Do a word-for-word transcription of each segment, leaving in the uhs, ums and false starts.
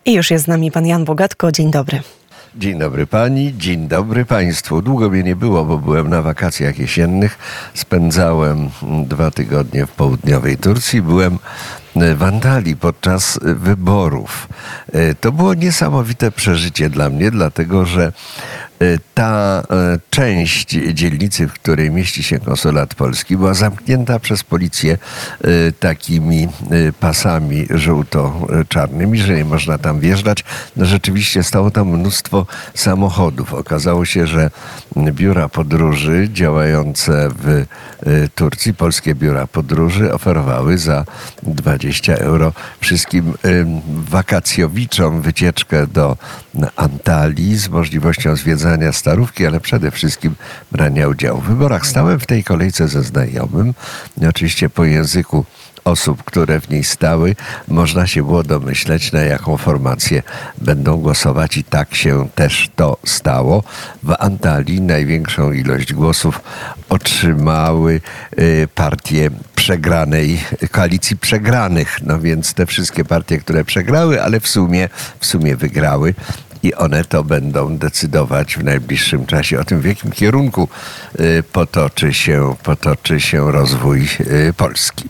I już jest z nami pan Jan Bogatko. Dzień dobry. Dzień dobry pani, dzień dobry państwu. Długo mnie nie było, bo byłem na wakacjach jesiennych. Spędzałem dwa tygodnie w południowej Turcji. Byłem w Antalii podczas wyborów. To było niesamowite przeżycie dla mnie, dlatego że ta część dzielnicy, w której mieści się konsulat polski, była zamknięta przez policję takimi pasami żółto-czarnymi, że nie można tam wjeżdżać. No rzeczywiście stało tam mnóstwo samochodów. Okazało się, że biura podróży działające w Turcji, polskie biura podróży, oferowały za dwadzieścia euro wszystkim wakacjowiczom wycieczkę do Antalii z możliwością zwiedzania Starówki, ale przede wszystkim brania udziału w wyborach. Stałem w tej kolejce ze znajomym. Oczywiście po języku osób, które w niej stały, można się było domyśleć, na jaką formację będą głosować, i tak się też to stało. W Antalii największą ilość głosów otrzymały partie przegranej, koalicji przegranych. No więc te wszystkie partie, które przegrały, ale w sumie, w sumie wygrały. I one to będą decydować w najbliższym czasie o tym, w jakim kierunku potoczy się, potoczy się rozwój Polski.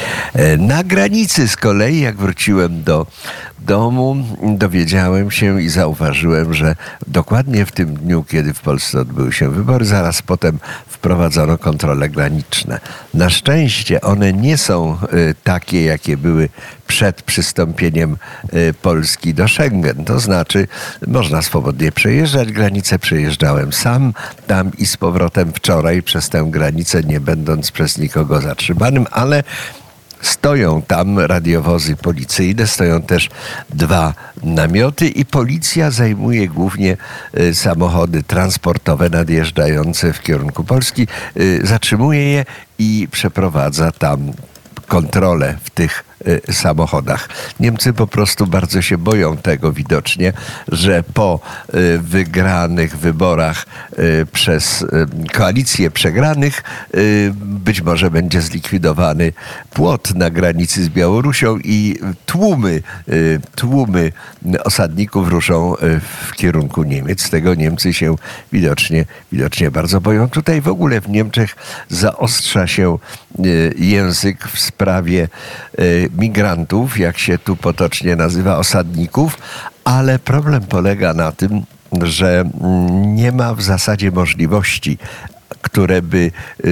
Na granicy z kolei, jak wróciłem do domu, dowiedziałem się i zauważyłem, że dokładnie w tym dniu, kiedy w Polsce odbyły się wybory, zaraz potem wprowadzono kontrole graniczne. Na szczęście one nie są takie, jakie były przed przystąpieniem Polski do Schengen. To znaczy, można swobodnie przejeżdżać granicę. Przejeżdżałem sam tam i z powrotem wczoraj przez tę granicę, nie będąc przez nikogo zatrzymanym, ale stoją tam radiowozy policyjne, stoją też dwa namioty i policja zajmuje głównie samochody transportowe nadjeżdżające w kierunku Polski, zatrzymuje je i przeprowadza tam kontrolę w tych samochodach. Niemcy po prostu bardzo się boją tego widocznie, że po wygranych wyborach przez koalicję przegranych być może będzie zlikwidowany płot na granicy z Białorusią i tłumy, tłumy osadników ruszą w kierunku Niemiec. Tego Niemcy się widocznie, widocznie bardzo boją. Tutaj w ogóle w Niemczech zaostrza się język w sprawie migrantów, jak się tu potocznie nazywa, osadników, ale problem polega na tym, że nie ma w zasadzie możliwości, które by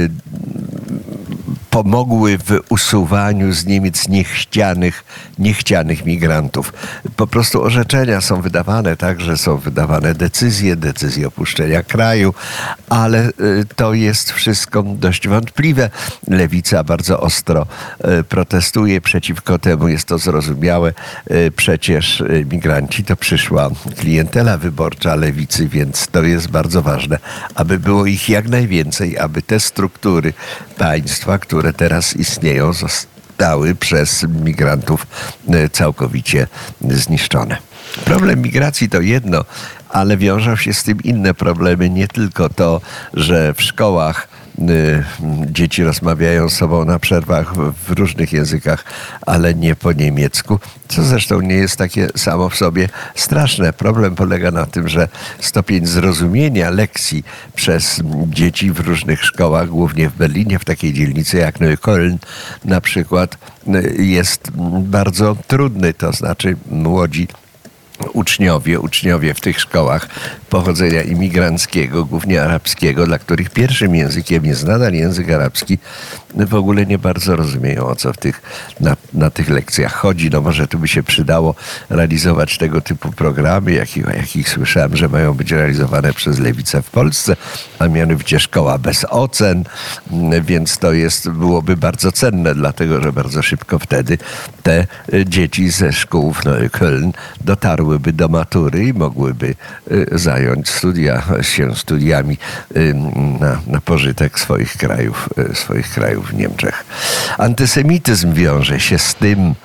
pomogły w usuwaniu z Niemiec niechcianych, niechcianych migrantów. Po prostu orzeczenia są wydawane, także są wydawane decyzje, decyzje opuszczenia kraju, ale to jest wszystko dość wątpliwe. Lewica bardzo ostro protestuje przeciwko temu, jest to zrozumiałe. Przecież migranci to przyszła klientela wyborcza lewicy, więc to jest bardzo ważne, aby było ich jak najwięcej, aby te struktury państwa, które które teraz istnieją, zostały przez migrantów całkowicie zniszczone. Problem migracji to jedno, ale wiążą się z tym inne problemy. Nie tylko to, że w szkołach dzieci rozmawiają z sobą na przerwach w różnych językach, ale nie po niemiecku, co zresztą nie jest takie samo w sobie straszne. Problem polega na tym, że stopień zrozumienia lekcji przez dzieci w różnych szkołach, głównie w Berlinie, w takiej dzielnicy jak Neukölln na przykład, jest bardzo trudny. To znaczy młodzi Uczniowie, uczniowie w tych szkołach pochodzenia imigranckiego, głównie arabskiego, dla których pierwszym językiem jest nadal język arabski, w ogóle nie bardzo rozumieją, o co w tych, na, na tych lekcjach chodzi. No może tu by się przydało realizować tego typu programy, jakich, jakich słyszałem, że mają być realizowane przez Lewicę w Polsce, a mianowicie szkoła bez ocen, więc to jest, byłoby bardzo cenne, dlatego że bardzo szybko wtedy te dzieci ze szkół w Neukölln dotarłyby do matury i mogłyby zająć studia, się studiami na, na pożytek swoich krajów, swoich krajów w Niemczech. Antysemityzm wiąże się z tym,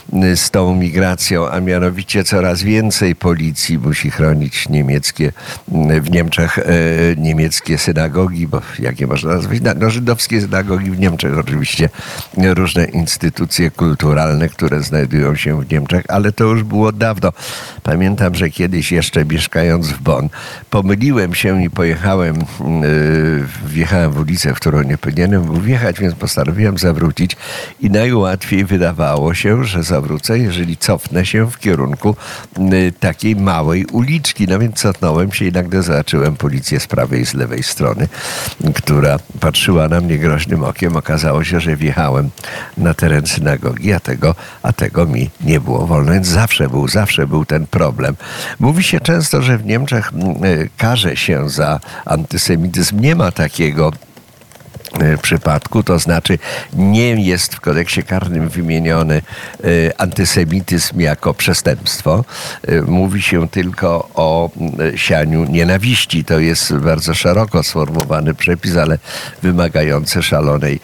z tą migracją, a mianowicie coraz więcej policji musi chronić niemieckie, w Niemczech niemieckie synagogi, bo jakie można nazwać, no żydowskie synagogi w Niemczech oczywiście, różne instytucje kulturalne, które znajdują się w Niemczech, ale to już było dawno. Pamiętam, że kiedyś jeszcze mieszkając w Bonn, pomyliłem się i pojechałem, wjechałem w ulicę, w którą nie powinienem był wjechać, więc postanowiłem zawrócić i najłatwiej wydawało się, że zawrócę, jeżeli cofnę się w kierunku takiej małej uliczki. No więc cofnąłem się i nagle zobaczyłem policję z prawej i z lewej strony, która patrzyła na mnie groźnym okiem. Okazało się, że wjechałem na teren synagogi, a tego, a tego mi nie było wolno. Więc zawsze był, zawsze był ten problem. Mówi się często, że w Niemczech karze się za antysemityzm. Nie ma takiego przypadku, to znaczy nie jest w kodeksie karnym wymieniony antysemityzm jako przestępstwo. Mówi się tylko o sianiu nienawiści. To jest bardzo szeroko sformułowany przepis, ale wymagający szalonej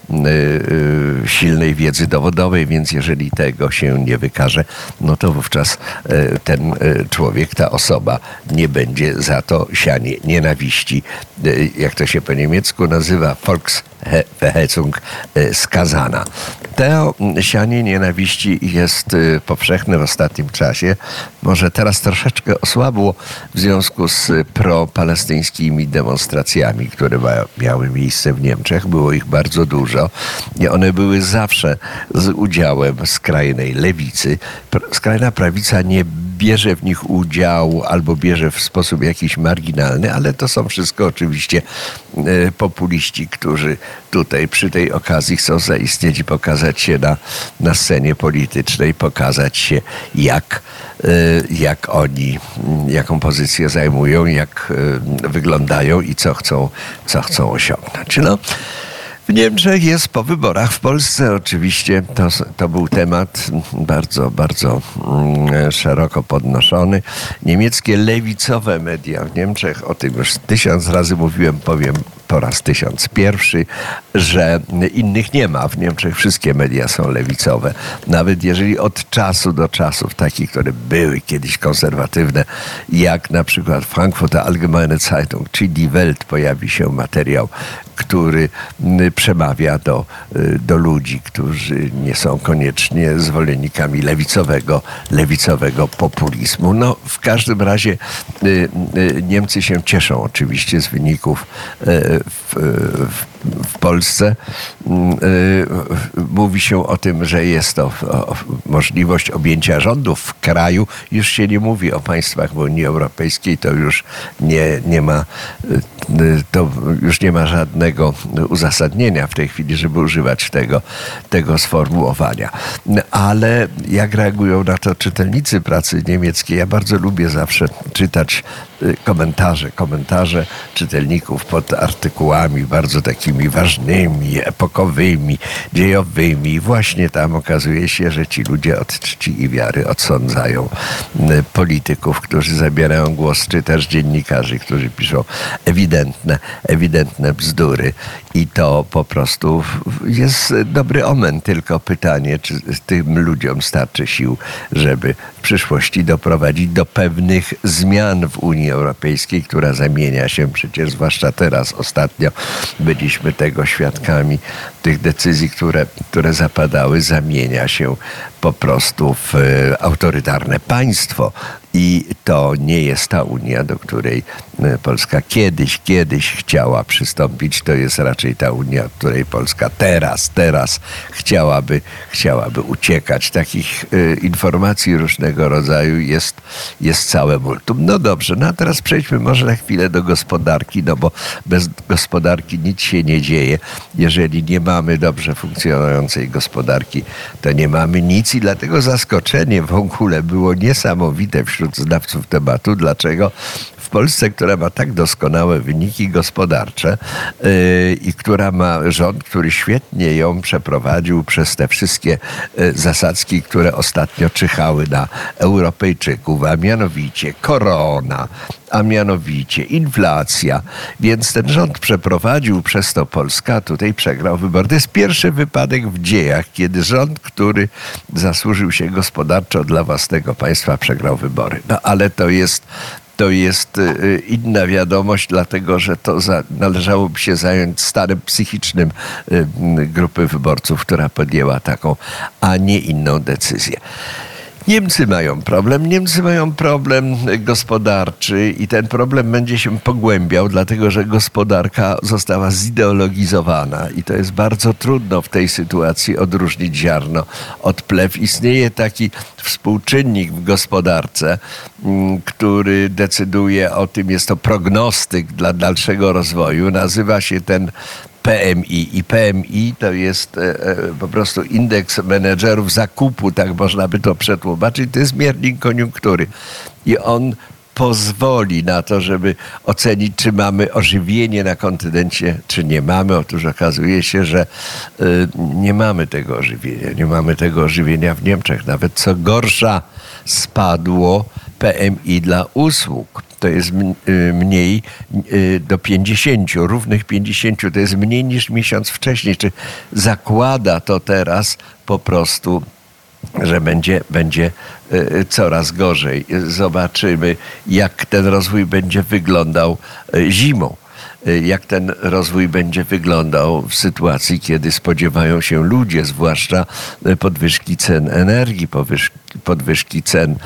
silnej wiedzy dowodowej, więc jeżeli tego się nie wykaże, no to wówczas ten człowiek, ta osoba nie będzie za to sianie nienawiści, jak to się po niemiecku nazywa, Volksverhetzung, skazana. To sianie nienawiści jest powszechne w ostatnim czasie. Może teraz troszeczkę osłabło w związku z propalestyńskimi demonstracjami, które miały miejsce w Niemczech. Było ich bardzo dużo. I one były zawsze z udziałem skrajnej lewicy. Skrajna prawica nie bierze w nich udziału albo bierze w sposób jakiś marginalny, ale to są wszystko oczywiście populiści, którzy tutaj przy tej okazji chcą zaistnieć i pokazać się na, na scenie politycznej, pokazać się jak, jak oni, jaką pozycję zajmują, jak wyglądają i co chcą, co chcą osiągnąć. No. W Niemczech jest po wyborach. W Polsce oczywiście to, to był temat bardzo, bardzo mm, szeroko podnoszony. Niemieckie lewicowe media w Niemczech, o tym już tysiąc razy mówiłem, powiem po raz tysiąc pierwszy, że innych nie ma. W Niemczech wszystkie media są lewicowe. Nawet jeżeli od czasu do czasów, takich, które były kiedyś konserwatywne, jak na przykład Frankfurter Allgemeine Zeitung czy Die Welt, pojawi się materiał, który przemawia do, do ludzi, którzy nie są koniecznie zwolennikami lewicowego, lewicowego populizmu. No, w każdym razie Niemcy się cieszą oczywiście z wyników w, w, w Polsce. Mówi się o tym, że jest to możliwość objęcia rządów w kraju. Już się nie mówi o państwach w Unii Europejskiej, to już nie, nie ma to już nie ma żadnego uzasadnienia w tej chwili, żeby używać tego, tego sformułowania. Ale jak reagują na to czytelnicy pracy niemieckiej? Ja bardzo lubię zawsze czytać komentarze, komentarze czytelników pod artykułami bardzo takimi ważnymi, epokowymi, dziejowymi. Właśnie tam okazuje się, że ci ludzie od czci i wiary odsądzają polityków, którzy zabierają głos, czy też dziennikarzy, którzy piszą ewidentne, ewidentne bzdury. I to po prostu jest dobry omen. Tylko pytanie, czy tym ludziom starczy sił, żeby w przyszłości doprowadzić do pewnych zmian w Unii Europejskiej, która zamienia się przecież, zwłaszcza teraz, ostatnio byliśmy tego świadkami, tych decyzji, które, które zapadały, zamienia się po prostu w autorytarne państwo. I to nie jest ta Unia, do której Polska kiedyś, kiedyś chciała przystąpić. To jest raczej ta Unia, od której Polska teraz, teraz chciałaby, chciałaby uciekać. Takich y, informacji różnego rodzaju jest, jest całe multum. No dobrze, no a teraz przejdźmy może na chwilę do gospodarki, no bo bez gospodarki nic się nie dzieje. Jeżeli nie mamy dobrze funkcjonującej gospodarki, to nie mamy nic i dlatego zaskoczenie w ogóle było niesamowite wśród znawców tematu, dlaczego w w Polsce, która ma tak doskonałe wyniki gospodarcze yy, i która ma rząd, który świetnie ją przeprowadził przez te wszystkie yy, zasadzki, które ostatnio czyhały na Europejczyków, a mianowicie korona, a mianowicie inflacja. Więc ten rząd przeprowadził, przez to Polska tutaj przegrał wybory. To jest pierwszy wypadek w dziejach, kiedy rząd, który zasłużył się gospodarczo dla własnego państwa, przegrał wybory. No ale to jest To jest inna wiadomość, dlatego że to za, należałoby się zająć stanem psychicznym grupy wyborców, która podjęła taką, a nie inną decyzję. Niemcy mają problem. Niemcy mają problem gospodarczy i ten problem będzie się pogłębiał, dlatego że gospodarka została zideologizowana i to jest bardzo trudno w tej sytuacji odróżnić ziarno od plew. Istnieje taki współczynnik w gospodarce, który decyduje o tym, jest to prognostyk dla dalszego rozwoju. Nazywa się ten P M I. I P M I to jest e, po prostu indeks menedżerów zakupu, tak można by to przetłumaczyć. To jest miernik koniunktury. I on pozwoli na to, żeby ocenić, czy mamy ożywienie na kontynencie, czy nie mamy. Otóż okazuje się, że y, nie mamy tego ożywienia. Nie mamy tego ożywienia w Niemczech. Nawet co gorsza, spadło P M I dla usług. To jest mniej do pięćdziesięciu, równych pięćdziesięciu. To jest mniej niż miesiąc wcześniej. Czy zakłada to teraz po prostu, że będzie, będzie coraz gorzej. Zobaczymy, jak ten rozwój będzie wyglądał zimą. Jak ten rozwój będzie wyglądał w sytuacji, kiedy spodziewają się ludzie, zwłaszcza podwyżki cen energii, podwyżki cen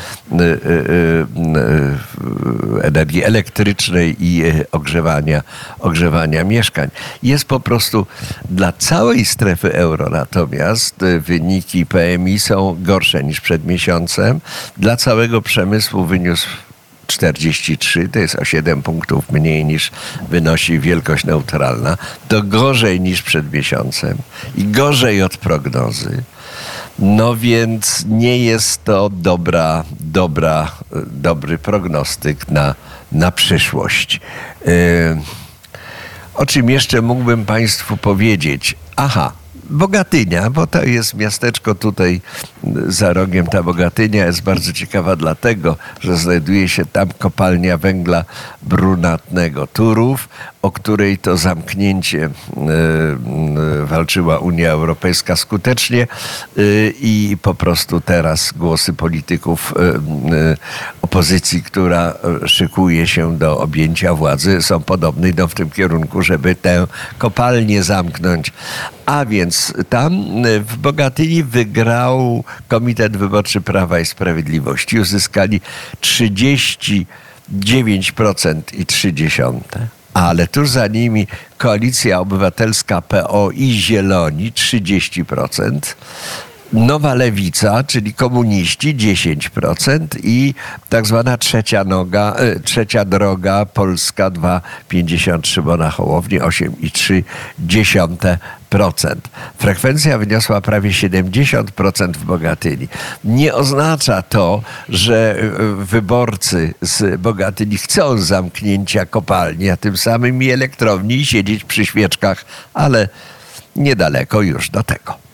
energii elektrycznej i ogrzewania, ogrzewania mieszkań. Jest po prostu dla całej strefy euro natomiast wyniki P M I są gorsze niż przed miesiącem. Dla całego przemysłu wyniósł czterdzieści trzy, to jest o siedem punktów mniej niż wynosi wielkość neutralna. To gorzej niż przed miesiącem i gorzej od prognozy. No więc nie jest to dobra, dobra, dobry prognostyk na, na przyszłość. Yy, o czym jeszcze mógłbym Państwu powiedzieć? Aha, Bogatynia, bo to jest miasteczko tutaj za rogiem. Ta Bogatynia jest bardzo ciekawa dlatego, że znajduje się tam kopalnia węgla brunatnego Turów, o której to zamknięcie y, y, walczyła Unia Europejska skutecznie y, i po prostu teraz głosy polityków y, y, opozycji, która szykuje się do objęcia władzy, są podobne, idą w tym kierunku, żeby tę kopalnię zamknąć. A więc tam w Bogatyni wygrał Komitet Wyborczy Prawa i Sprawiedliwości. Uzyskali trzydzieści dziewięć procent i trzy dziesiąte. Ale tuż za nimi Koalicja Obywatelska P O i Zieloni trzydzieści procent. Nowa Lewica, czyli komuniści dziesięć procent i tak zwana trzecia noga, trzecia droga Polska dwa pięćdziesiąt trzy, bo na Hołowni osiem i trzy dziesiąte procent. Frekwencja wyniosła prawie siedemdziesiąt procent w Bogatyni. Nie oznacza to, że wyborcy z Bogatyni chcą zamknięcia kopalni, a tym samym i elektrowni i siedzieć przy świeczkach, ale niedaleko już do tego.